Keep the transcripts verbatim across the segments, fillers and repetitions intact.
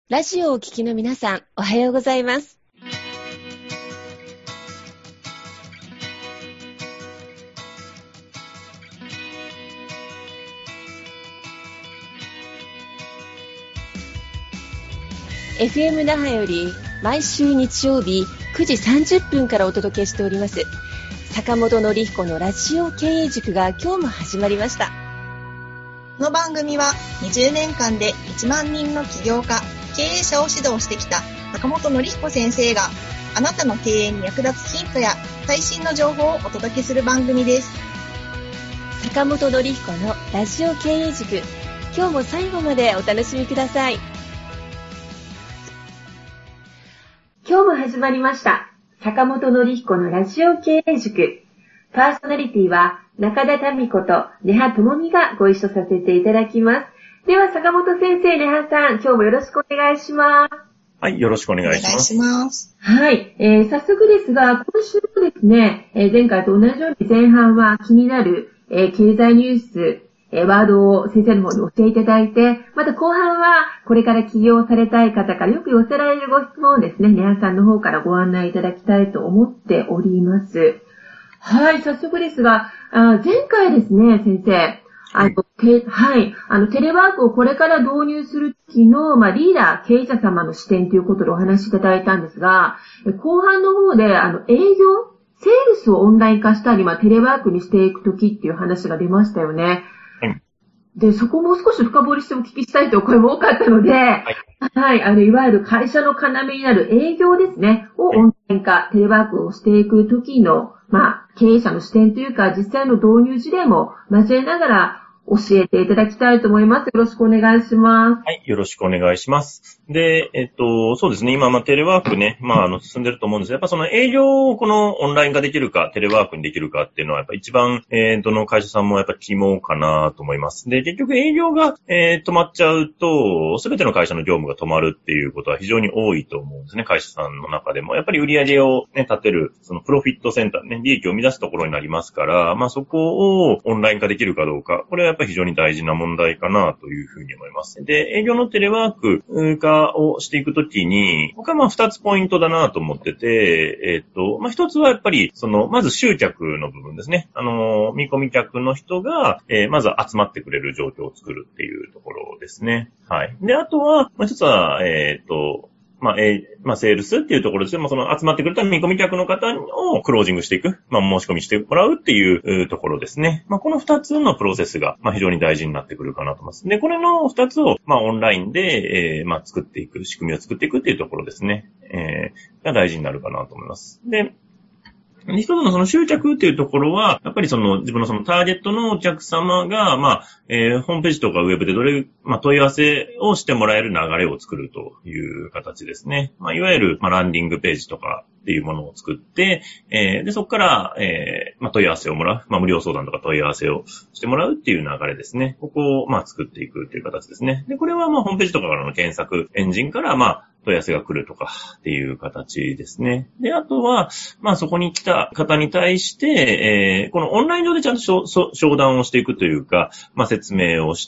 ラジオをお聞きの皆さん、おはようございます。エフエム 那覇より毎週日曜日くじさんじゅっぷんからお届けしております坂本典彦のラジオ経営塾が今日も始まりました。 この番組はにじゅうねんかんでいちまんにんの起業家、経営者を指導してきた坂本典彦先生があなたの経営に役立つヒントや最新の情報をお届けする番組です。 坂本典彦のラジオ経営塾、今日も最後までお楽しみください。今日も始まりました坂本典彦のラジオ経営塾。パーソナリティは中田民子と根葉智美がご一緒させていただきます。では坂本先生、根葉さん、今日もよろしくお願いします。 はい、よろしくお願いします。 お願いします。 はい、えー、早速ですが、今週もですね、えー、前回と同じように前半は気になる、えー、経済ニュース、えー、ワードを先生の方に教えていただいて、また後半はこれから起業されたい方からよく寄せられるご質問をですね、根葉さんの方からご案内いただきたいと思っております。はい、早速ですが、あ前回ですね、先生、あの、てはい、あの、テレワークをこれから導入する時の、まあ、リーダー、経営者様の視点ということでお話しいただいたんですが、後半の方で、あの、営業、セールスをオンライン化したり、まあ、テレワークにしていく時っていう話が出ましたよね。 はい。 で、そこも少し深掘りしてお聞きしたいという声も多かったので、はい。はい、あの、いわゆる会社の要になる営業ですね、をオンライン化、テレワークをしていく時の、まあ、経営者の視点というか、実際の導入事例も交えながら教えていただきたいと思います。よろしくお願いします。 はい、よろしくお願いします。で、えっと、そうですね、今、まあ、テレワークね、まあ、あの、進んでると思うんですが、やっぱその営業をこのオンライン化できるか、テレワークにできるかっていうのは、やっぱ一番、えー、どの会社さんもやっぱ肝かなと思います。で、結局営業が、えー、止まっちゃうと、すべての会社の業務が止まるっていうことは非常に多いと思うんですね、会社さんの中でも。やっぱり売り上げをね、立てる、そのプロフィットセンターね、利益を生み出すところになりますから、まあ、そこをオンライン化できるかどうか、これはやっぱり非常に大事な問題かなというふうに思います。で、営業のテレワーク化をしていくときに、僕はまあ二つポイントだなと思ってて、えっと、まあ一つはやっぱり、その、まず集客の部分ですね。あの、見込み客の人が、えー、まず集まってくれる状況を作るっていうところですね。はい。で、あとは、まあ一つは、えっと、まあ、えー、まあ、セールスっていうところですけども、その集まってくれた見込み客の方をクロージングしていく、まあ、申し込みしてもらうっていうところですね。まあ、この二つのプロセスが、まあ、非常に大事になってくるかなと思います。で、これの二つを、まあ、オンラインで、えー、まあ、作っていく、仕組みを作っていくっていうところですね。えー、が大事になるかなと思います。で、一つのその集客っていうところは、やっぱりその自分のそのターゲットのお客様が、まあ、えー、ホームページとかウェブでどれ、まあ、問い合わせをしてもらえる流れを作るという形ですね。まあ、いわゆる、まあ、ランディングページとかっていうものを作って、えー、で、そこから、えー、まあ、問い合わせをもらう。まあ、無料相談とか問い合わせをしてもらうっていう流れですね。ここを、まあ、作っていくっていう形ですね。で、これはまあ、ホームページとかからの検索エンジンから、まあ、問い合わせが来るとかっていう形ですね。で、あとは、まあそこに来た方に対して、えー、このオンライン上でちゃんと商談をしていくというか、まあ説明をして、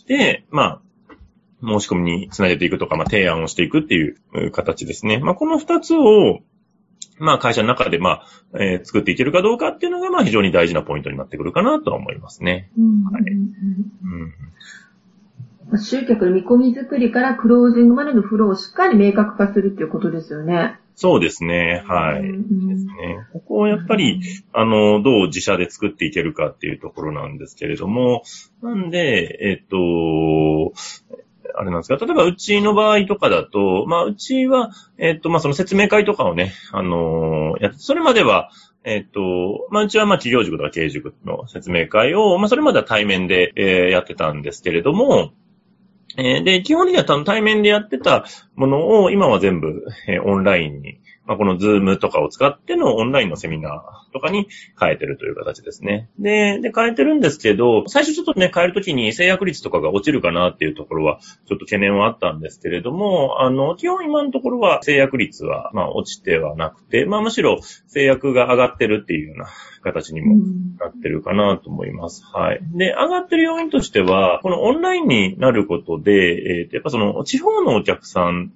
まあ、申し込みにつなげていくとか、まあ提案をしていくっていう形ですね。まあこの二つを、まあ会社の中でまあ、えー、作っていけるかどうかっていうのが、まあ非常に大事なポイントになってくるかなとは思いますね。 うんはい。うん集客の見込み作りからクロージングまでのフローをしっかり明確化するっていうことですよね。 そうですね。はい。うんですね。ここをやっぱり、あの、どう自社で作っていけるかっていうところなんですけれども、なんで、えっと、あれなんですか、例えばうちの場合とかだと、まあうちは、えっと、まあその説明会とかをね、あの、やって、それまでは、えっと、まあ、うちはまあ企業塾とか経営塾の説明会を、まあそれまでは対面で、えー、やってたんですけれども、えー、で、基本的には対面でやってたものを今は全部、えー、オンラインに、まあ、このズームとかを使ってのオンラインのセミナーとかに変えてるという形ですね。で、で、変えてるんですけど、最初ちょっとね、変えるときに制約率とかが落ちるかなっていうところは、ちょっと懸念はあったんですけれども、あの、基本今のところは制約率は、まあ、落ちてはなくて、まあ、むしろ制約が上がってるっていうような形にもなってるかなと思います。はい。で、上がってる要因としては、このオンラインになることで、えー、やっぱその地方のお客さん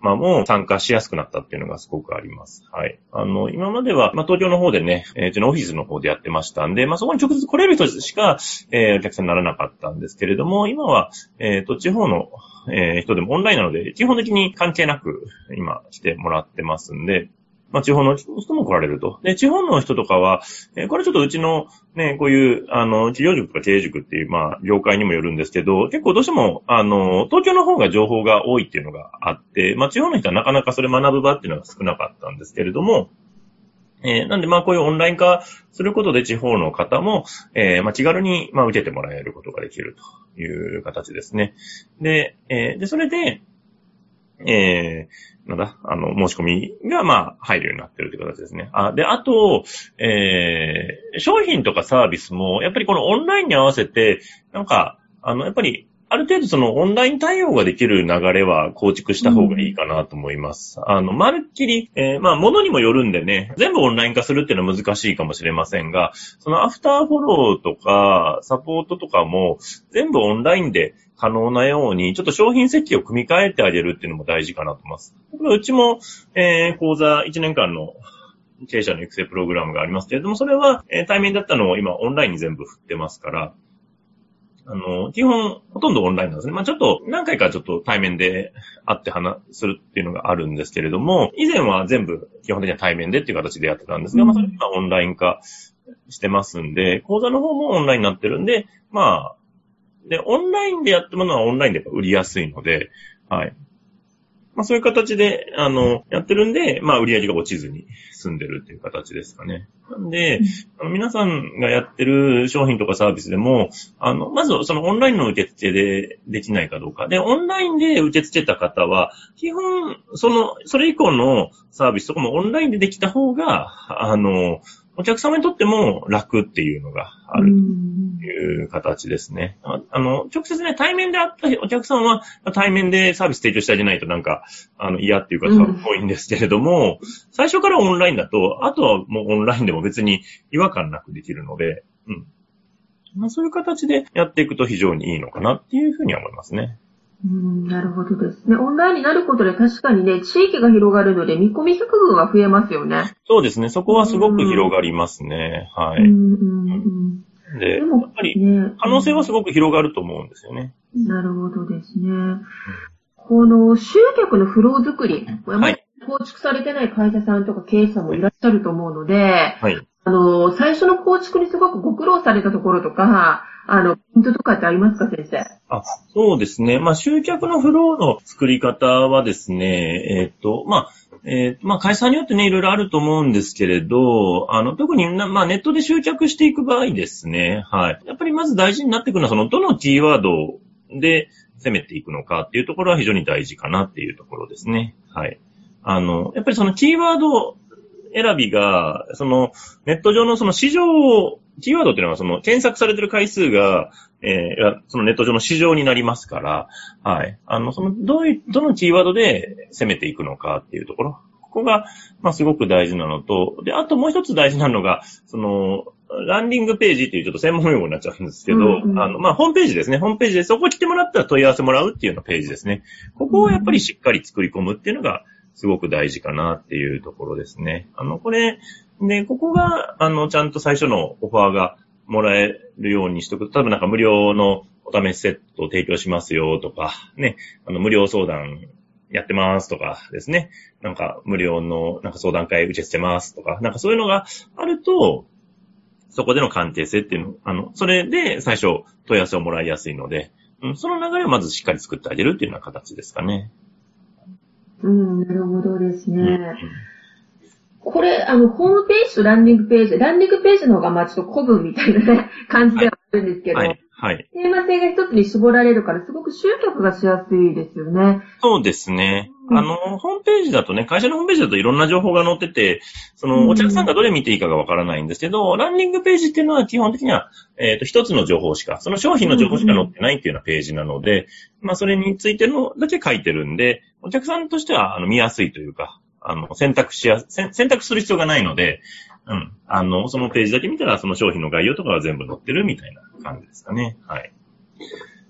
まあ、も参加しやすくなったっていうのがすごくあります。はい。あの、今までは、まあ、東京の方でね、えー、うちのオフィスの方でやってましたんで、まあ、そこに直接来れる人しか、えー、お客さんにならなかったんですけれども、今は、えっと、地方の、えー、人でもオンラインなので、基本的に関係なく、今、来てもらってますんで、まあ、地方の人も来られると。で、地方の人とかは、えー、これちょっとうちのね、こういう、あの、企業塾とか経営塾っていう、まあ、業界にもよるんですけど、結構どうしても、あの、東京の方が情報が多いっていうのがあって、まあ、地方の人はなかなかそれ学ぶ場っていうのが少なかったんですけれども、えー、なんで、まあ、こういうオンライン化することで地方の方も、えー、まあ、気軽に、まあ、受けてもらえることができるという形ですね。で、えー、で、それで、えー、なんだ、あの、申し込みが、まあ、入るようになってるという形ですね。あ、で、あと、えー、商品とかサービスも、やっぱりこのオンラインに合わせて、なんか、あの、やっぱり、ある程度そのオンライン対応ができる流れは構築した方がいいかなと思います。うん、あの、まるっきり、えー、まあ、ものにもよるんでね、全部オンライン化するっていうのは難しいかもしれませんが、そのアフターフォローとか、サポートとかも、全部オンラインで可能なように、ちょっと商品設計を組み替えてあげるっていうのも大事かなと思います。うちも、えー、講座いちねんかんの経営者の育成プログラムがありますけれども、それは、えー、対面だったのを今オンラインに全部振ってますから、あの、基本、ほとんどオンラインなんですね。まあちょっと、何回かちょっと対面で会って話するっていうのがあるんですけれども、以前は全部基本的には対面でっていう形でやってたんですが、まあそれがオンライン化してますんで、講座の方もオンラインになってるんで、まあ、で、オンラインでやったものはオンラインで売りやすいので、はい。まあそういう形で、あの、やってるんで、まあ売り上げが落ちずに済んでるっていう形ですかね。なんで、うん、あの皆さんがやってる商品とかサービスでも、あの、まずそのオンラインの受付でできないかどうか。で、オンラインで受け付けた方は、基本、その、それ以降のサービスとかもオンラインでできた方が、あの、お客様にとっても楽っていうのがあるという形ですね。あ, あの、直接ね、対面で会ったお客さんは対面でサービス提供してあげないとなんか、あの、嫌っていう方が多いんですけれども、うん、最初からオンラインだと、あとはもうオンラインでも別に違和感なくできるので、うん。まあそういう形でやっていくと非常にいいのかなっていうふうには思いますね。 うん、なるほどですね。オンラインになることで確かにね、地域が広がるので見込み客群は増えますよね。 そうですね。そこはすごく広がりますね。はい。うんうんうん、で、でもやっぱり可能性はすごく広がると思うんですよね。 なるほどですね。うん、この集客のフロー作り、はい、構築されてない会社さんとか経営者さんもいらっしゃると思うので、はい、あの、最初の構築にすごくご苦労されたところとか、あの、ポイントとかってありますか、先生？ あ、そうですね。まあ、集客のフローの作り方はですね、えっと、まあ、えー、まあ、会社によってね、いろいろあると思うんですけれど、あの、特にな、まあ、ネットで集客していく場合ですね、はい。やっぱりまず大事になってくるのは、その、どのキーワードで攻めていくのかっていうところは非常に大事かなっていうところですね。はい。あの、やっぱりそのキーワード選びが、その、ネット上のその市場を、キーワードっていうのはその検索されてる回数が、えー、そのネット上の市場になりますから、はい。あの、その、どういう、どのキーワードで攻めていくのかっていうところ。ここが、まあ、すごく大事なのと、で、あともう一つ大事なのが、その、ランディングページっていうちょっと専門用語になっちゃうんですけど、うんうん、あの、まあ、ホームページですね。ホームページでそこ来てもらったら問い合わせもらうっていうようなページですね。ここをやっぱりしっかり作り込むっていうのが、すごく大事かなっていうところですね。あの、これ、で、ここが、あの、ちゃんと最初のオファーがもらえるようにしとく。多分なんか無料のお試しセットを提供しますよとか、ね、あの、無料相談やってますとかですね。なんか無料のなんか相談会受け付けますとか、なんかそういうのがあると、そこでの関係性っていうの、あの、それで最初問い合わせをもらいやすいので、うん、その流れをまずしっかり作ってあげるっていうような形ですかね。 うん、なるほどですね。うんこれ、あの、ホームページとランディングページ、ランディングページの方が、まあちょっと古文みたいなね、感じではあるんですけど、はいはいはい、テーマ性が一つに絞られるから、すごく集客がしやすいですよね。 そうですね。うん、あの、ホームページだとね、会社のホームページだといろんな情報が載ってて、その、お客さんがどれ見ていいかがわからないんですけど、うん、ランディングページっていうのは基本的には、えっと、一つの情報しか、その商品の情報しか載ってないっていうようなページなので、うん、まあそれについてのだけ書いてるんで、お客さんとしては、あの、見やすいというか、あの、選択しや、選択する必要がないので、うん。あの、そのページだけ見たら、その商品の概要とかは全部載ってるみたいな感じですかね。はい。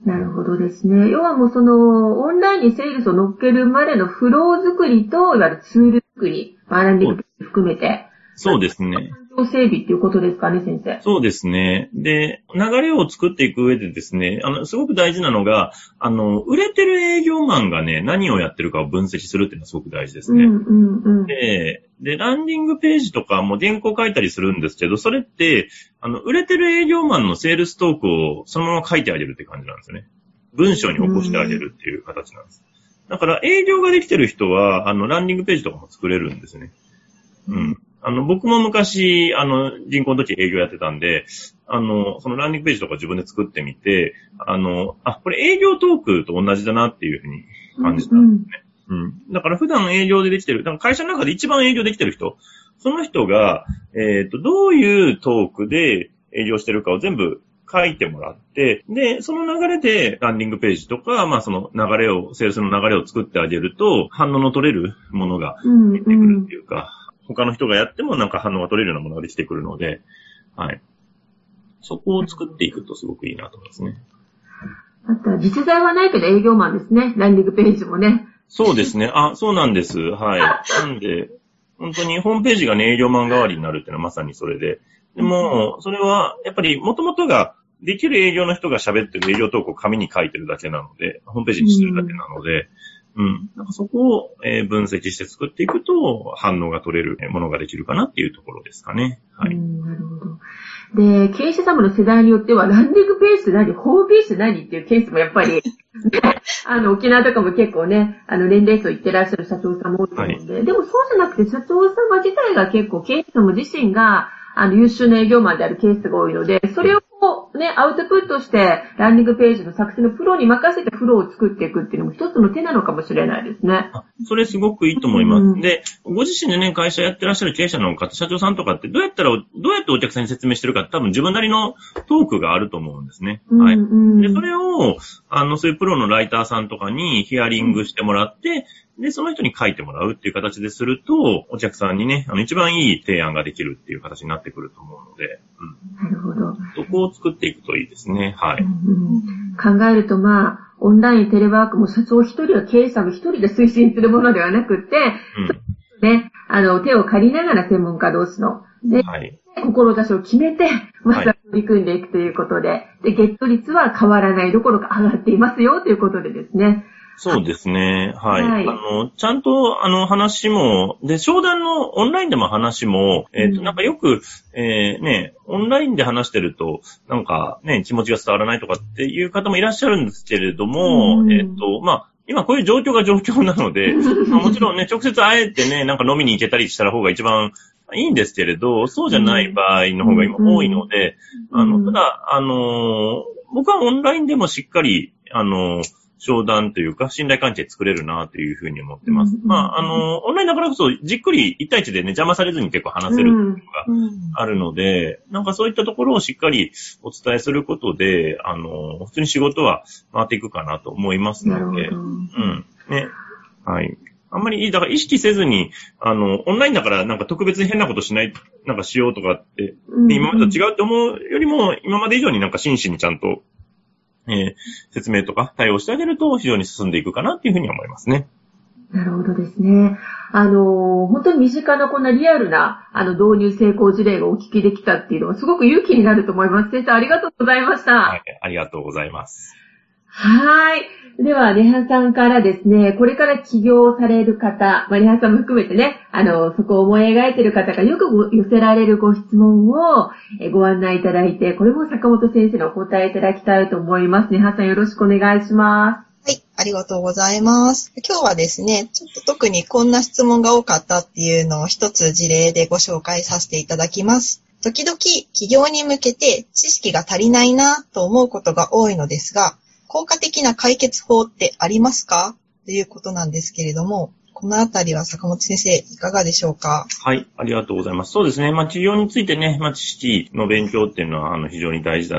なるほどですね。要はもうその、オンラインにセールスを乗っけるまでのフロー作りと、いわゆるツール作り、ランディングページ含めて。 そうですね。 環境整備っていうことですかね、先生。 そうですね。で、流れを作っていく上でですね、あの、すごく大事なのが、あの、売れてる営業マンがね、何をやってるかを分析するっていうのはすごく大事ですね。 うんうんうん、 で、で、ランディングページとかも原稿書いたりするんですけど、それって、あの、売れてる営業マンのセールストークをそのまま書いてあげるって感じなんですよね。文章に起こしてあげるっていう形なんです。だから営業ができてる人は、あの、ランディングページとかも作れるんですね。うん。あの、僕も昔、あの、銀行の時営業やってたんで、あの、そのランディングページとか自分で作ってみて、あの、あ、これ営業トークと同じだなっていうふうに感じたんですね。うん、うん。だから普段営業でできてる、だから会社の中で一番営業できてる人、その人が、えっと、どういうトークで営業してるかを全部書いてもらって、で、その流れでランディングページとか、まあその流れを、セールスの流れを作ってあげると、反応の取れるものが出てくるっていうか、うんうん、他の人がやってもなんか反応が取れるようなものができてくるので、はい。そこを作っていくとすごくいいなと思いますね。 あとは実在はないけど営業マンですね。ランディングページもね。 そうですね。あ、そうなんです。はい。なんで、本当にホームページがね、営業マン代わりになるっていうのはまさにそれで。でも、それは、やっぱり元々ができる営業の人が喋ってる営業トークを紙に書いてるだけなので、ホームページにしてるだけなので、うん。なんかそこを、えー、分析して作っていくと、反応が取れるものができるかなっていうところですかね。はい。 うん、なるほど。で、経営者様の世代によっては、ランディングページって何、ホームページって何っていうケースもやっぱり、あの、沖縄とかも結構ね、あの、年齢層いってらっしゃる社長さんも多いと思うんで、はい、でもそうじゃなくて、社長様自体が結構、経営者様自身が、あの、優秀な営業マンであるケースが多いので、それをね、アウトプットして、ランディングページの作成のプロに任せてフローを作っていくっていうのも一つの手なのかもしれないですね。 それすごくいいと思います。うん、で、ご自身でね、会社やってらっしゃる経営者の方、社長さんとかってどうやったら、どうやってお客さんに説明してるかって多分自分なりのトークがあると思うんですね。はい。うんうん、で、それを、あの、そういうプロのライターさんとかにヒアリングしてもらって、で、その人に書いてもらうっていう形ですると、お客さんにね、あの、一番いい提案ができるっていう形になってくると思うので、 うん。なるほど。 そこを作っていくといいですね。はい。 うんうん、考えると、まあ、オンラインテレワークも社長一人や経営者も一人で推進するものではなくて、うん、ね、あの、手を借りながら専門家同士の、で、はい、志を決めて、まずは取り組んでいくということで、はい、で、ゲット率は変わらないどころか上がっていますよということでですね。 そうですね。はい。はい、あの、ちゃんと、あの、話も、で、商談のオンラインでも話も、えっ、ー、と、なんかよく、えー、ね、オンラインで話してると、なんかね、気持ちが伝わらないとかっていう方もいらっしゃるんですけれども、うん、えっ、ー、と、まあ、今こういう状況が状況なので、まあ、もちろんね、直接会えてね、なんか飲みに行けたりした方が一番いいんですけれど、そうじゃない場合の方が今多いので、うん、あの、ただ、あの、僕はオンラインでもしっかり、あの、商談というか、信頼関係作れるなというふうに思ってます。うんうん、まあ、あの、オンラインだからこそ、じっくり一対一でね、邪魔されずに結構話せるのがあるので、うんうん、なんかそういったところをしっかりお伝えすることで、あの、普通に仕事は回っていくかなと思いますので、うん。ね。はい。あんまり、だから意識せずに、あの、オンラインだからなんか特別に変なことしない、なんかしようとかって、で今までと違うって思うよりも、今まで以上になんか真摯にちゃんと、えー、説明とか対応してあげると非常に進んでいくかなっていうふうに思いますね。 なるほどですね。あのー、本当に身近なこんなリアルな、あの、導入成功事例がお聞きできたっていうのはすごく勇気になると思います。先生、ありがとうございました。 はい、ありがとうございます。 はい。では、ネハさんからですね、これから起業される方、まあ、ネハさんも含めてね、あの、そこを思い描いている方がよく寄せられるご質問をご案内いただいて、これも坂本先生にお答えいただきたいと思います。ネハさんよろしくお願いします。 はい、ありがとうございます。今日はですね、ちょっと特にこんな質問が多かったっていうのを一つ事例でご紹介させていただきます。時々起業に向けて知識が足りないなと思うことが多いのですが、効果的な解決法ってありますかということなんですけれども、このあたりは坂本先生いかがでしょうか？ はい、ありがとうございます。そうですね。まあ、起業についてね、まあ、知識の勉強っていうのはあの非常に大事だなっ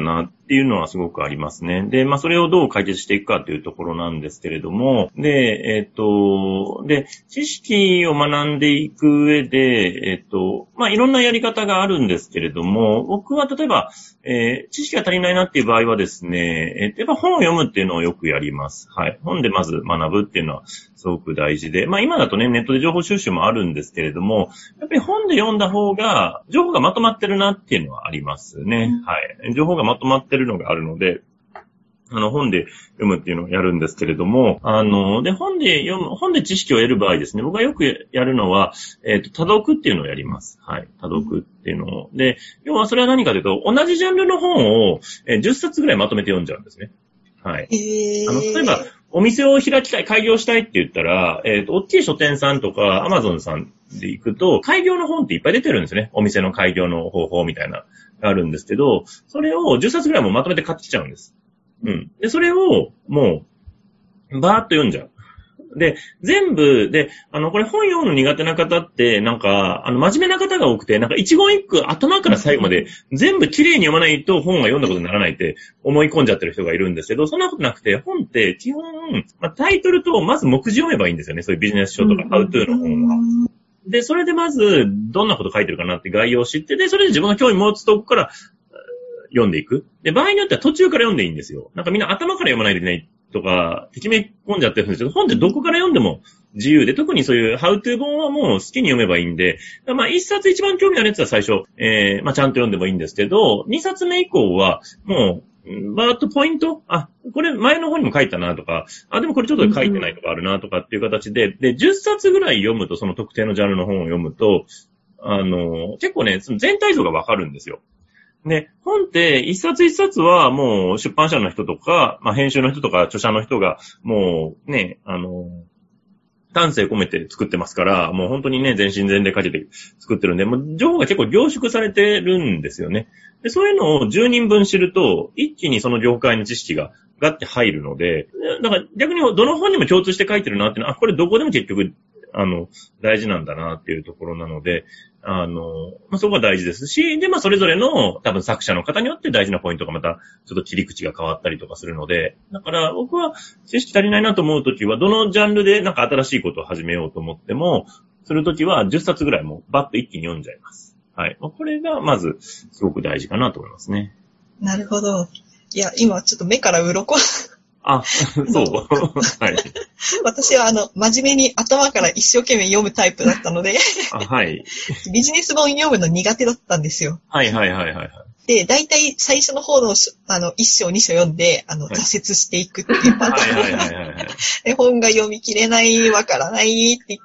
っていうのはすごくありますね。で、まあそれをどう解決していくかというところなんですけれども、で、えっと、で、知識を学んでいく上で、えっと、まあいろんなやり方があるんですけれども、僕は例えば、えー、知識が足りないなっていう場合はですね、えー、やっぱ本を読むっていうのをよくやります。はい。本でまず学ぶっていうのはすごく大事で、まあ今だとね、ネットで情報収集もあるんですけれども、やっぱり本で読んだ方が、情報がまとまってるなっていうのはありますね。うん、はい。情報がまとまってるのがあるので、あの、本で読むっていうのをやるんですけれども、あの、で、本で読む、本で知識を得る場合ですね、僕がよくやるのは、えっと、多読っていうのをやります。はい。多読っていうのを。で、要はそれは何かというと、同じジャンルの本をえじゅっさつぐらいまとめて読んじゃうんですね。はい。 えー、 あの、例えば、お店を開きたい、開業したいって言ったら、えっと、大きい書店さんとか、アマゾンさんで行くと、開業の本っていっぱい出てるんですね。お店の開業の方法みたいな、があるんですけど、それをじゅっさつぐらいもまとめて買ってきちゃうんです。うん。で、それを、もう、バーッと読んじゃう。で、全部、で、あの、これ本読むの苦手な方って、なんか、あの、真面目な方が多くて、なんか一言一句頭から最後まで全部綺麗に読まないと本が読んだことにならないって思い込んじゃってる人がいるんですけど、そんなことなくて、本って基本、まあ、タイトルとまず目次読めばいいんですよね。そういうビジネス書とか、ハウトゥーの本は。で、それでまず、どんなこと書いてるかなって概要を知って、で、それで自分が興味持つとこから読んでいく。で、場合によっては途中から読んでいいんですよ。なんかみんな頭から読まないといけないとか、てきめ込んじゃってるんですけど、本ってどこから読んでも自由で、特にそういうハウトゥー本はもう好きに読めばいいんで、まあ一冊一番興味あるやつは最初、えー、まあちゃんと読んでもいいんですけど、二冊目以降はもう、バーッとポイント、あ、これ前の方にも書いたなとか、あ、でもこれちょっと書いてないとかあるなとかっていう形で、で、じゅっさつぐらい読むと、その特定のジャンルの本を読むと、あの、結構ね、その全体像がわかるんですよ。で、本って一冊一冊はもう出版社の人とか、まあ編集の人とか著者の人がもうね、あの、丹精込めて作ってますから、もう本当にね、全身全霊かけて作ってるんで、もう情報が結構凝縮されてるんですよね。で、そういうのをじゅうにんぶん知ると、一気にその業界の知識がガッて入るので、だから逆にどの本にも共通して書いてるなっていうのは、あ、これどこでも結局、あの、大事なんだなっていうところなので、あの、まあ、そこが大事ですし、で、まあ、それぞれの多分作者の方によって大事なポイントがまたちょっと切り口が変わったりとかするので、だから僕は知識足りないなと思うときは、どのジャンルでなんか新しいことを始めようと思っても、するときはじゅっさつぐらいもうバッと一気に読んじゃいます。はい。これがまずすごく大事かなと思いますね。 なるほど。いや、今ちょっと目から鱗あ、そう。はい。 私はあの、真面目に頭から一生懸命読むタイプだったのであ、はい。 ビジネス本読むの苦手だったんですよ。 はいはいはいはい。 で、大体最初の方の、あの、一章二章読んで、あの、はい、挫折していくっていうパターン。はいはいはいはい。で、本が読み切れない、わからないって言って、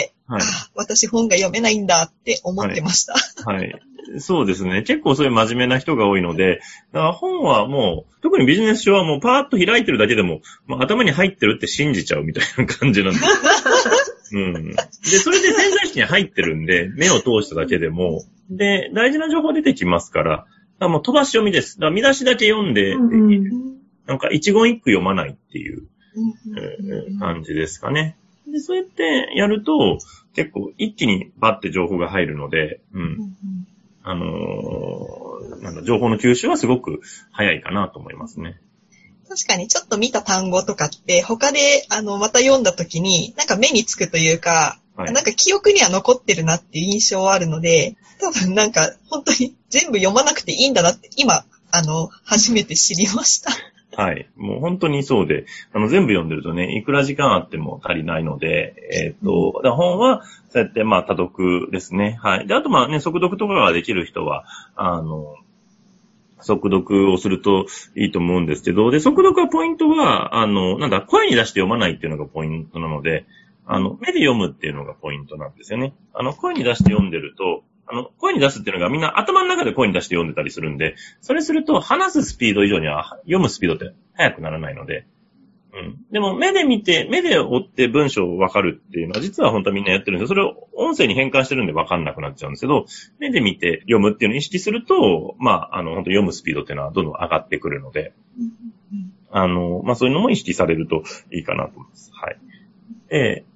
はい、あ、私本が読めないんだって思ってました。 はい。はいそうですね。結構そういう真面目な人が多いので、だから本はもう、特にビジネス書はもうパーッと開いてるだけでも、まあ、頭に入ってるって信じちゃうみたいな感じなんです。うん。で、それで潜在意識に入ってるんで、目を通しただけでも、で、大事な情報出てきますから、だからもう飛ばし読みです。だから見出しだけ読んで、うん、なんか一言一句読まないっていう、うん、感じですかね。で、そうやってやると、結構一気にバッて情報が入るので、うん。うんあのー、なんだ、情報の吸収はすごく早いかなと思いますね。 確かにちょっと見た単語とかって他であのまた読んだ時になんか目につくというか、はい、なんか記憶には残ってるなっていう印象はあるので、多分なんか本当に全部読まなくていいんだなって今あの初めて知りました。 はい。もう本当にそうで、あの全部読んでるとね、いくら時間あっても足りないので、えっと、だから本はそうやってまあ多読ですね。はい。で、あとまあね、速読とかができる人は、あの、速読をするといいと思うんですけど、で、速読はポイントは、あの、なんだ、声に出して読まないっていうのがポイントなので、あの、目で読むっていうのがポイントなんですよね。あの、声に出して読んでると、あの、声に出すっていうのがみんな頭の中で声に出して読んでたりするんで、それすると話すスピード以上には読むスピードって速くならないので、うん。でも目で見て、目で追って文章を分かるっていうのは実は本当はみんなやってるんですよ。それを音声に変換してるんで分かんなくなっちゃうんですけど、目で見て読むっていうのを意識すると、まあ、あの、本当読むスピードっていうのはどんどん上がってくるので、あの、まあそういうのも意識されるといいかなと思います。はい。えー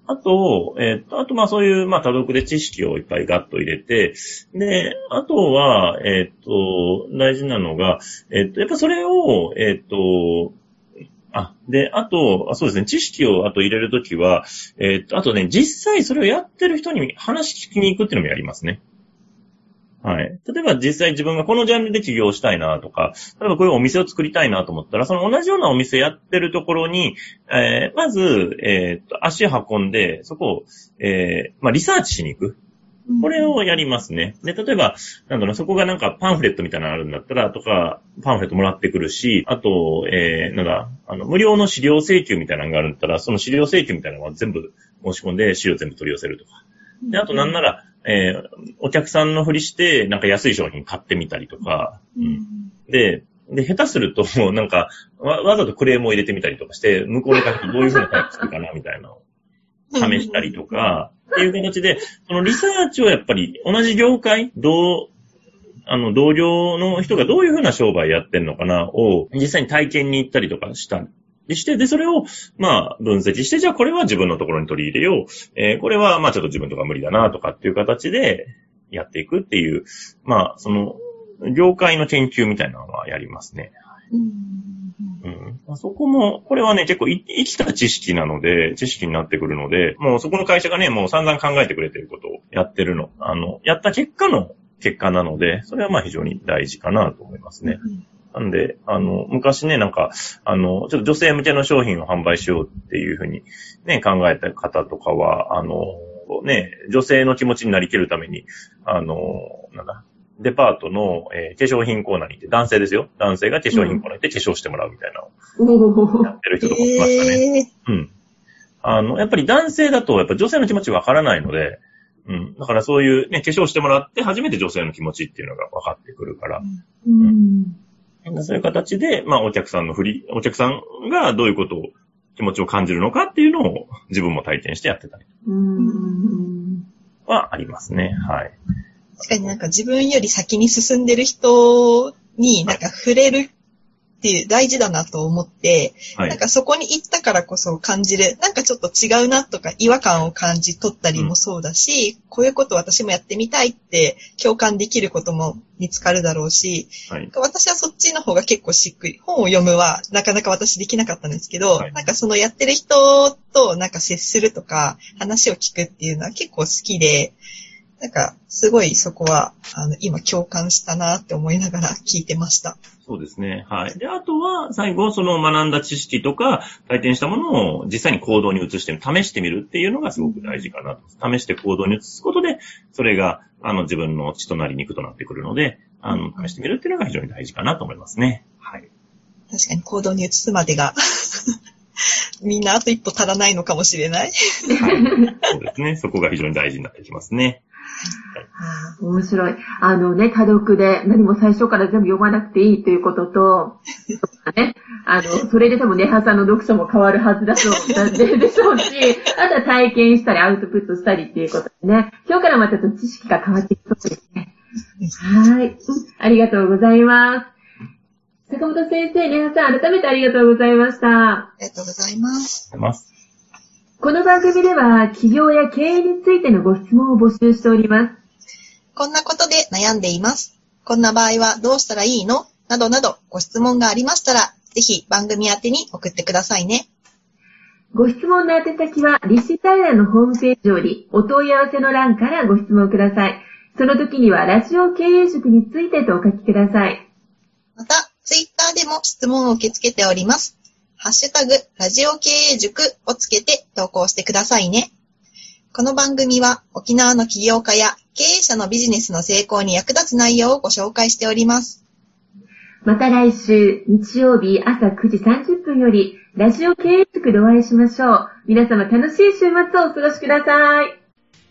あと、えっと、あと、まあそういう、まあ多読で知識をいっぱいガッと入れて、で、あとは、えっと、大事なのが、えっと、やっぱそれを、えっと、あ、で、あと、そうですね、知識をあと入れるときは、えっと、あとね、実際それをやってる人に話聞きに行くっていうのもやりますね。はい。例えば実際自分がこのジャンルで起業したいなとか、例えばこういうお店を作りたいなと思ったら、その同じようなお店やってるところに、えー、まず、えー、っと、足を運んで、そこを、えー、まあ、リサーチしに行く。これをやりますね。で、例えば、なんだろう、そこがなんかパンフレットみたいなのあるんだったら、とか、パンフレットもらってくるし、あと、えー、なんだ、あの、無料の資料請求みたいなのがあるんだったら、その資料請求みたいなのは全部申し込んで、資料全部取り寄せるとか。で、あとなんなら、えー、お客さんのふりして、なんか安い商品買ってみたりとか、うん、で、で、下手すると、なんかわ、わざとクレームを入れてみたりとかして、向こうにかけてどういう風なタイプするかな、みたいなのを試したりとか、っていう形で、そのリサーチをやっぱり同じ業界、同、あの、同僚の人がどういう風な商売やってんのかな、を実際に体験に行ったりとかしたりして、で、それを、まあ、分析して、じゃあこれは自分のところに取り入れよう。えー、これは、まあちょっと自分とか無理だな、とかっていう形でやっていくっていう、まあ、その、業界の研究みたいなのはやりますね。うん。うん、そこも、これはね、結構生きた知識なので、知識になってくるので、もうそこの会社がね、もう散々考えてくれてることをやってるの。あの、やった結果の結果なので、それはまあ非常に大事かなと思いますね。うんなんで、あの、昔ね、なんか、あの、ちょっと女性向けの商品を販売しようっていうふうにね、考えた方とかは、あの、ね、女性の気持ちになりきるために、あの、なんだ、デパートの、えー、化粧品コーナーに行って、男性ですよ。男性が化粧品コーナーに行って化粧してもらうみたいなのをやってる人とかいましたね。うん。あの、やっぱり男性だと、やっぱ女性の気持ちわからないので、うん。だからそういうね、化粧してもらって初めて女性の気持ちっていうのが分かってくるから。うん。うんそういう形で、まあ、お客さんの振り、お客さんがどういうことを、気持ちを感じるのかっていうのを自分も体験してやってたり。うーん。はありますね。はい。 確かになんか自分より先に進んでる人になんか触れるっていう大事だなと思って、はい、なんかそこに行ったからこそ感じる、なんかちょっと違うなとか違和感を感じ取ったりもそうだし、うん、こういうこと私もやってみたいって共感できることも見つかるだろうし、はい、私はそっちの方が結構しっくり、本を読むはなかなか私できなかったんですけど、はい、なんかそのやってる人となんか接するとか話を聞くっていうのは結構好きで、なんか、すごいそこは、あの、今共感したなって思いながら聞いてました。 そうですね。はい。で、あとは、最後、その学んだ知識とか、体験したものを実際に行動に移してみる、試してみるっていうのがすごく大事かなと。試して行動に移すことで、それが、あの、自分の血となり肉となってくるので、あの、試してみるっていうのが非常に大事かなと思いますね。はい。 確かに行動に移すまでが、みんなあと一歩足らないのかもしれない。はい。 そうですね。そこが非常に大事になってきますね。 はい、面白い。あのね、多読で何も最初から全部読まなくていいということと、ね、あの、それで多分ネハさんの読書も変わるはずだそうなんででしょうし、あとは体験したりアウトプットしたりっていうことでね、今日からまた知識が変わっていくそうですね。はい。ありがとうございます。坂本先生、ネハさん、改めてありがとうございました。 ありがとうございます。 この番組では、企業や経営についてのご質問を募集しております。 こんなことで悩んでいます。こんな場合はどうしたらいいのなどなどご質問がありましたら、ぜひ番組宛てに送ってくださいね。 ご質問の宛先は、立志財団のホームページよりお問い合わせの欄からご質問ください。その時には、ラジオ経営塾についてとお書きください。 また、ツイッターでも質問を受け付けております。ハッシュタグ、ラジオ経営塾をつけて投稿してくださいね。この番組は沖縄の起業家や経営者のビジネスの成功に役立つ内容をご紹介しております。 また来週、日曜日朝くじさんじゅっぷんより、ラジオ経営塾でお会いしましょう。皆様楽しい週末をお過ごしください。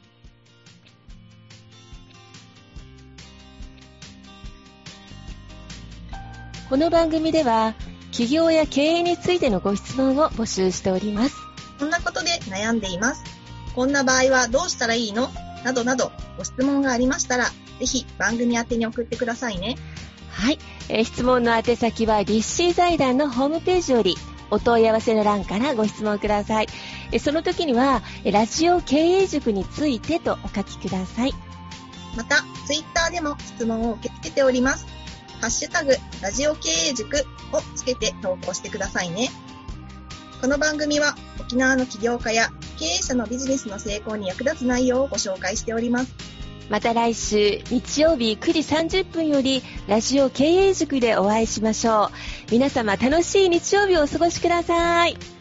この番組では、起業や経営についてのご質問を募集しております。 こんなことで悩んでいます。こんな場合はどうしたらいいのなどなどご質問がありましたら、ぜひ番組宛てに送ってくださいね。 はい、えー、質問の宛先は立志財団のホームページよりお問い合わせの欄からご質問ください。その時にはラジオ経営塾についてとお書きください。 また、ツイッターでも質問を受け付けております。ハッシュタグ、ラジオ経営塾をつけて投稿してくださいね。この番組は沖縄の起業家や経営者のビジネスの成功に役立つ内容をご紹介しております。 また来週日曜日くじさんじゅっぷんよりラジオ経営塾でお会いしましょう。皆様楽しい日曜日をお過ごしください。